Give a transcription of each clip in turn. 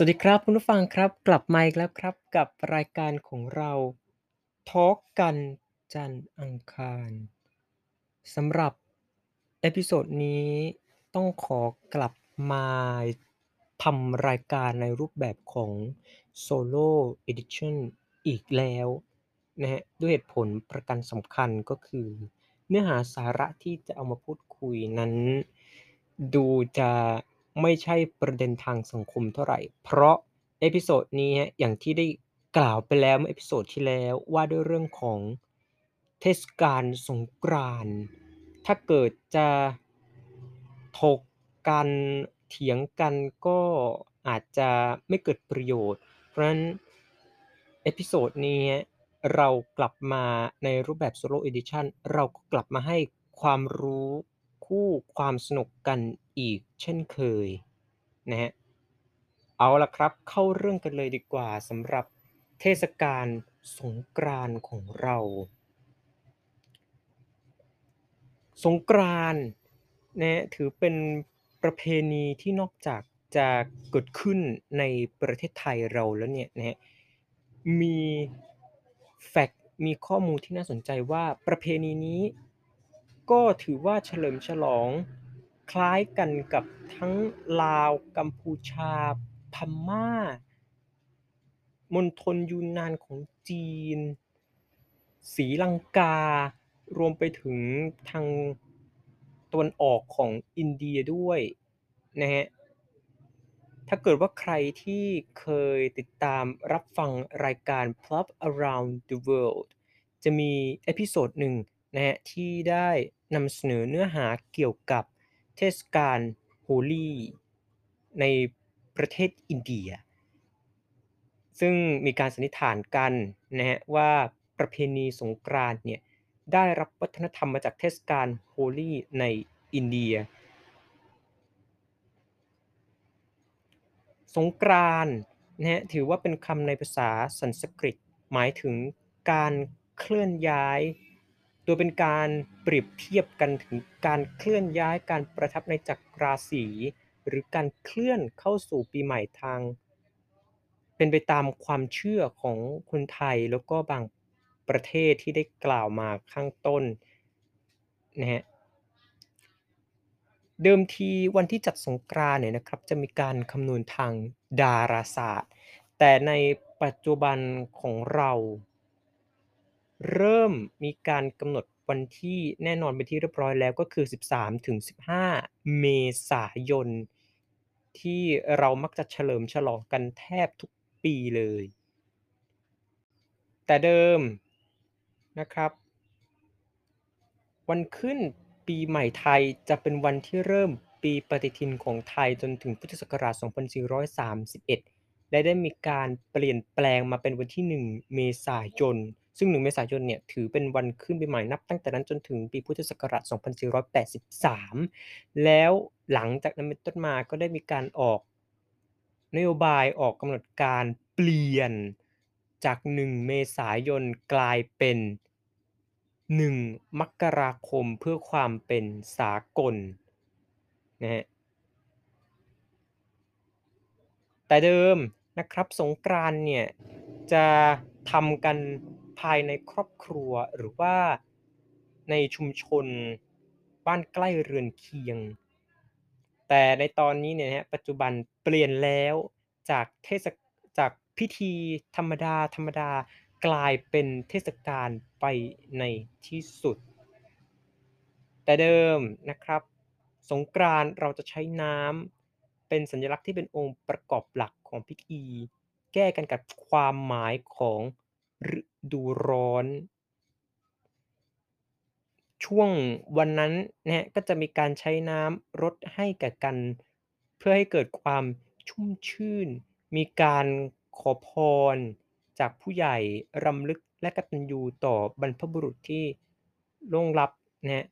สวัสดีครับคุณผู้ฟังครับกลับมาอีกแล้วครับกับรายการของเราทอล์กกันจันทร์อังคารสำหรับเอพิโซดนี้ต้องขอกลับมาทำรายการในรูปแบบของ Solo Edition อีกแล้วนะครับด้วยเหตุผลประการสำคัญก็คือเนื้อหาสาระที่จะเอามาพูดคุยนั้นดูจะไม่ใช่ประเด็นทางสังคมเท่าไรเพราะเอพิโซดนี้ครับอย่างที่ได้กล่าวไปแล้วเมื่อเอพิโซดที่แล้วว่าด้วยเรื่องของเทศกาลสงกรานต์ถ้าเกิดจะถกกันเถียงกันก็อาจจะไม่เกิดประโยชน์เพราะฉะนั้นเอพิโซดนี้เรากลับมาในรูปแบบ Solo Edition เราก็กลับมาให้ความรู้คู่ความสนุกกันอีกเช่นเคยนะครับเอาล่ะครับเข้าเรื่องกันเลยดีกว่าสำหรับเทศกาลสงกรานต์ของเราสงกรานต์นะครับถือเป็นประเพณีที่นอกจากจะเกิดขึ้นในประเทศไทยเราแล้วเนี่ยนะครับมีแฟกต์มีข้อมูลที่น่าสนใจว่าประเพณีนี้ก็ถือว่าเฉลิมฉลองคล้ายกันกับทั้งลาวกัมพูชาพม่ามณฑลยูนนานของจีนศรีลังการวมไปถึงทางตะวันออกของอินเดียด้วยนะครับถ้าเกิดว่าใครที่เคยติดตามรับฟังรายการ Pop Around the World จะมีเอพิโซดหนึ่งนะครับที่ได้นำเสนอเนื้อหาเกี่ยวกับเทศกาลโฮลีในประเทศอินเดีย ซึ่งมีการสันนิษฐานกันนะครับว่าประเพณีสงกรานต์เนี่ยได้รับวัฒนธรรมมาจากเทศกาลโฮลีในอินเดียสงกรานต์นะครับถือว่าเป็นคำในภาษาสันสกฤตหมายถึงการเคลื่อนย้ายโดยเป็นการเปรียบเทียบกันถึงการเคลื่อนย้ายการประทับในจักรราศีหรือการเคลื่อนเข้าสู่ปีใหม่ทาง เป็นไปตามความเชื่อของคนไทยแล้วก็บางประเทศที่ได้กล่าวมาข้างต้นนะครับเดิมทีวันที่จัดสงกรานต์เนี่ยนะครับจะมีการคำนวณทางดาราศาสตร์แต่ในปัจจุบันของเราเริ่มมีการกำหนดวันที่แน่นอนเป็นที่เรียบร้อยแล้วก็คือ13-15เมษายนที่เรามักจะเฉลิมฉลองกันแทบทุกปีเลย แต่เดิมนะครับวันขึ้นปีใหม่ไทยจะเป็นวันที่เริ่มปีปฏิทินของไทยจนถึงพุทธศักราช2431และได้มีการเปลี่ยนแปลงมาเป็นวันที่1เมษายนซึ่ง1เมษายนเนี่ยถือเป็นวันขึ้นปีใหม่นับตั้งแต่นั้นจนถึงปีพุทธศักราช2483แล้วหลังจากนั้นเป็นต้นมาก็ได้มีการออกนโยบายออกกำหนดการเปลี่ยนจาก1เมษายนกลายเป็น1มกราคมเพื่อความเป็นสากลนะครับแต่เดิมนะครับสงกรานต์เนี่ยจะทำกันภายในครอบครัวหรือว่าในชุมชนบ้านใกล้เรือนเคียง แต่ในตอนนี้เนี่ยนะครับปัจจุบันเปลี่ยนแล้วจากเทศจากพิธีธรรมดาๆกลายเป็นเทศกาลไปในที่สุดแต่เดิมนะครับสงกรานต์เราจะใช้น้ำเป็นสัญลักษณ์ที่เป็นองค์ประกอบหลักของพิธีแก้กันกับความหมายของฤดูร้อน ช่วงวันนั้นนะครับก็จะมีการใช้น้ำรดให้แก่กันเพื่อให้เกิดความชุ่มชื่นมีการขอพรจากผู้ใหญ่รำลึกและกตัญญูต่อบรรพบุรุษที่ล่วงลับนะครับ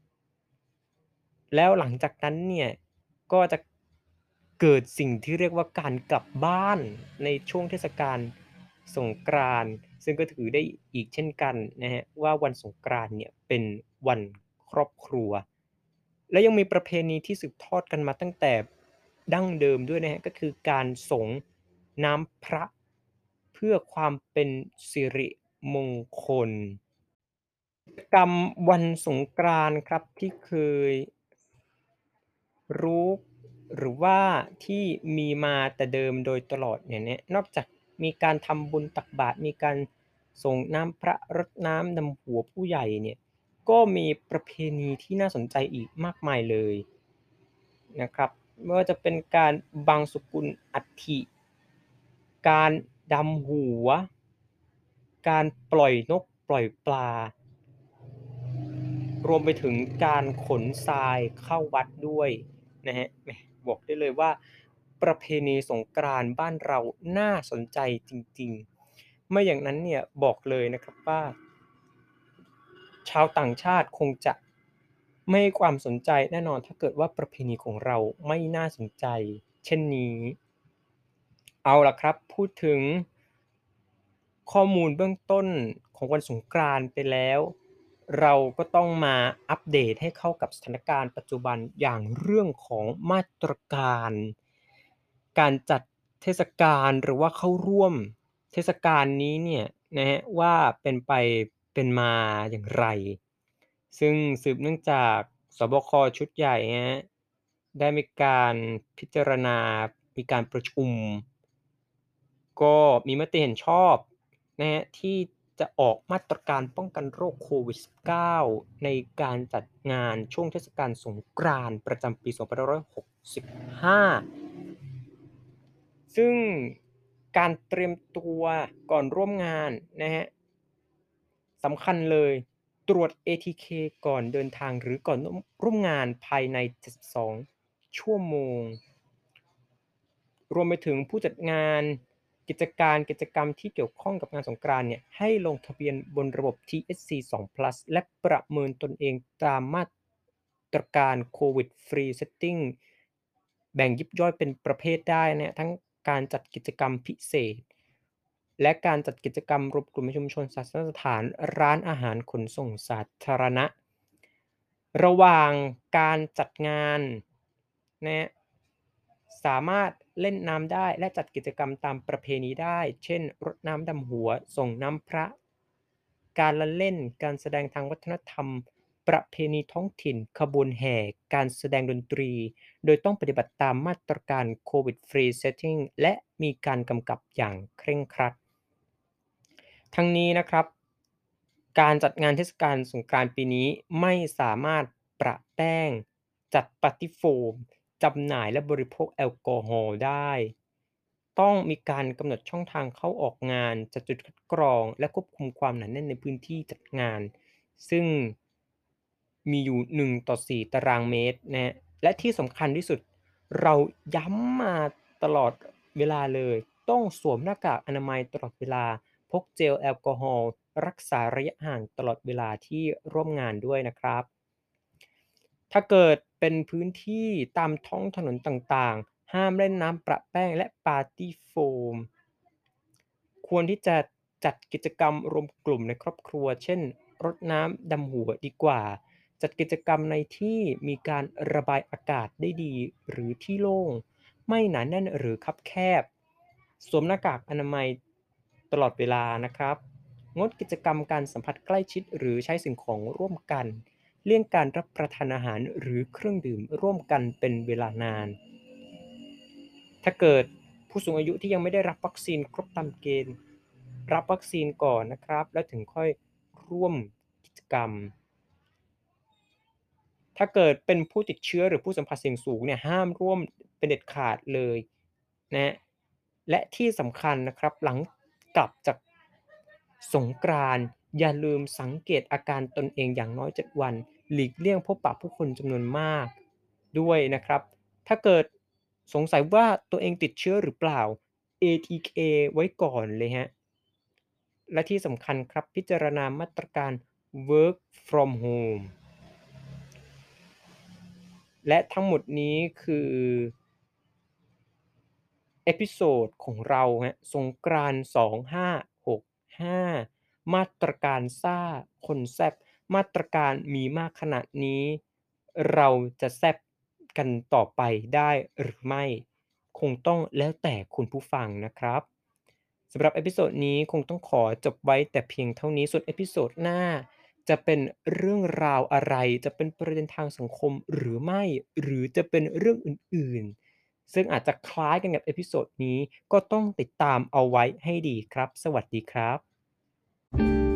แล้วหลังจากนั้นเนี่ยก็จะเกิดสิ่งที่เรียกว่าการกลับบ้านในช่วงเทศกาลสงกรานต์ซึ่งก็ถือได้อีกเช่นกันนะครับว่าวันสงกรานต์เนี่ยเป็นวันครอบครัวและยังมีประเพณีที่สืบทอดกันมาตั้งแต่ดั้งเดิมด้วยนะครับก็คือการสงน้ำพระเพื่อความเป็นสิริมงคลกิจกรรมวันสงกรานต์ครับที่เคยรู้หรือว่าที่มีมาแต่เดิมโดยตลอดเนี่ยนอกจากมีการทำบุญตักบาตรมีการส่งน้ำพระรดน้ำดำหัวผู้ใหญ่เนี่ยก็มีประเพณีที่น่าสนใจอีกมากมายเลยนะครับไม่ว่าจะเป็นการบังสุกุลอัฐิการดำหัวการปล่อยนกปล่อยปลารวมไปถึงการขนทรายเข้าวัดด้วยนะครับแหมบอกได้เลยว่าประเพณีสงกรานต์บ้านเราน่าสนใจจริงๆไม่อย่างนั้นเนี่ยบอกเลยนะครับว่าชาวต่างชาติคงจะไม่ให้ความสนใจแน่นอนถ้าเกิดว่าประเพณีของเราไม่น่าสนใจเช่นนี้เอาล่ะครับพูดถึงข้อมูลเบื้องต้นของวันสงกรานต์ไปแล้วเราก็ต้องมาอัปเดตให้เข้ากับสถานการณ์ปัจจุบันอย่างเรื่องของมาตรการการจัดเทศกาลหรือว่าเข้าร่วมเทศกาลนี้เนี่ยนะครับว่าเป็นไปเป็นมาอย่างไรซึ่งสืบเนื่องจากสบคชุดใหญ่ครับได้มีการพิจารณามีการประชุม ก็มีมติเห็นชอบนะครับที่จะออกมาตรการป้องกันโรคโควิด -19 ในการจัดงานช่วงเทศกาลสงกรานต์ประจำปี2565ซึ่งการเตรียมตัวก่อนร่วมงานนะครับสำคัญเลยตรวจ ATK ก่อนเดินทางหรือก่อนร่วมงานภายใน72ชั่วโมง รวมไปถึงผู้จัดงานกิจกรรมที่เกี่ยวข้องกับงานสงกรานต์เนี่ยให้ลงทะเบียนบนระบบ TSC 2 Plus และประเมินตนเองตามมาตรการโควิด Free Setting แบ่งยิบย่อยเป็นประเภทได้เนี่ยทั้งการจัดกิจกรรมพิเศษและการจัดกิจกรรมรวมกลุ่มในชุมชนศาสนสถานร้านอาหารขนส่งสาธารณะระหว่างการจัดงานนะสามารถเล่นน้ำได้และจัดกิจกรรมตามประเพณีได้เช่นรดน้ำดำหัวส่งน้ำพระการละเล่นการแสดงทางวัฒนธรรมประเพณีท้องถิ่นขบวนแห่การแสดงดนตรีโดยต้องปฏิบัติตามมาตรการ COVID Free Setting และมีการกำกับอย่างเคร่งครัด ทั้งนี้นะครับการจัดงานเทศกาลสงกรานต์ปีนี้ไม่สามารถประแป้งจัดปาร์ตีโฟมจำหน่ายและบริโภคแอลกอฮอล์ได้ต้องมีการกำหนดช่องทางเข้าออกงานจัดจุดคัดกรองและควบคุมความหนาแน่นในพื้นที่จัดงานซึ่งมีอยู่1/4ตารางเมตรนะครับและที่สำคัญที่สุดเราย้ำมาตลอดเวลาเลยต้องสวมหน้ากากอนามัยตลอดเวลา พกเจลแอลกอฮอล์รักษาระยะห่างตลอดเวลาที่ร่วมงานด้วยนะครับถ้าเกิดเป็นพื้นที่ตามท้องถนนต่างๆห้ามเล่นน้ำประแป้งและปาร์ตี้โฟมควรที่จะจัดกิจกรรมรวมกลุ่มในครอบครัวเช่นรดน้ำดำหัวดีกว่าจัดกิจกรรมในที่มีการระบายอากาศได้ดีหรือที่โล่งไม่หนาแน่นหรือคับแคบสวมหน้ากากอนามัยตลอดเวลานะครับ งดกิจกรรมการสัมผัสใกล้ชิดหรือใช้สิ่งของร่วมกันเลี่ยงการรับประทานอาหารหรือเครื่องดื่มร่วมกันเป็นเวลานานถ้าเกิดผู้สูงอายุที่ยังไม่ได้รับวัคซีนครบตามเกณฑ์รับวัคซีนก่อนนะครับแล้วถึงค่อยร่วมกิจกรรมถ้าเกิดเป็นผู้ติดเชื้อหรือผู้สัมผัสเสี่ยงสูงเนี่ยห้ามร่วมเป็นเด็ดขาดเลยนะและที่สำคัญนะครับหลังกลับจาก สงกรานต์อย่าลืมสังเกตอาการตนเองอย่างน้อย7วันหลีกเลี่ยงพบปะผู้คนจำนวนมากด้วยนะครับถ้าเกิดสงสัยว่าตัวเองติดเชื้อหรือเปล่า ATK ไว้ก่อนเลยครับและที่สำคัญครับพิจารณามาตรการ Work from home และทั้งหมดนี้คือเอพิโซดของเราครับสงกรานต์2565มาตรการซ่าคนแซ่บมาตรการมีมากขนาดนี้เราจะแซ่บกันต่อไปได้หรือไม่คงต้องแล้วแต่คุณผู้ฟังนะครับสำหรับเอพิโซดนี้คงต้องขอจบไว้แต่เพียงเท่านี้ส่วนเอพิโซดหน้าจะเป็นเรื่องราวอะไรจะเป็นประเด็นทางสังคมหรือไม่หรือจะเป็นเรื่องอื่นๆซึ่งอาจจะคล้ายกันกับเอพิโซดนี้ก็ต้องติดตามเอาไว้ให้ดีครับสวัสดีครับ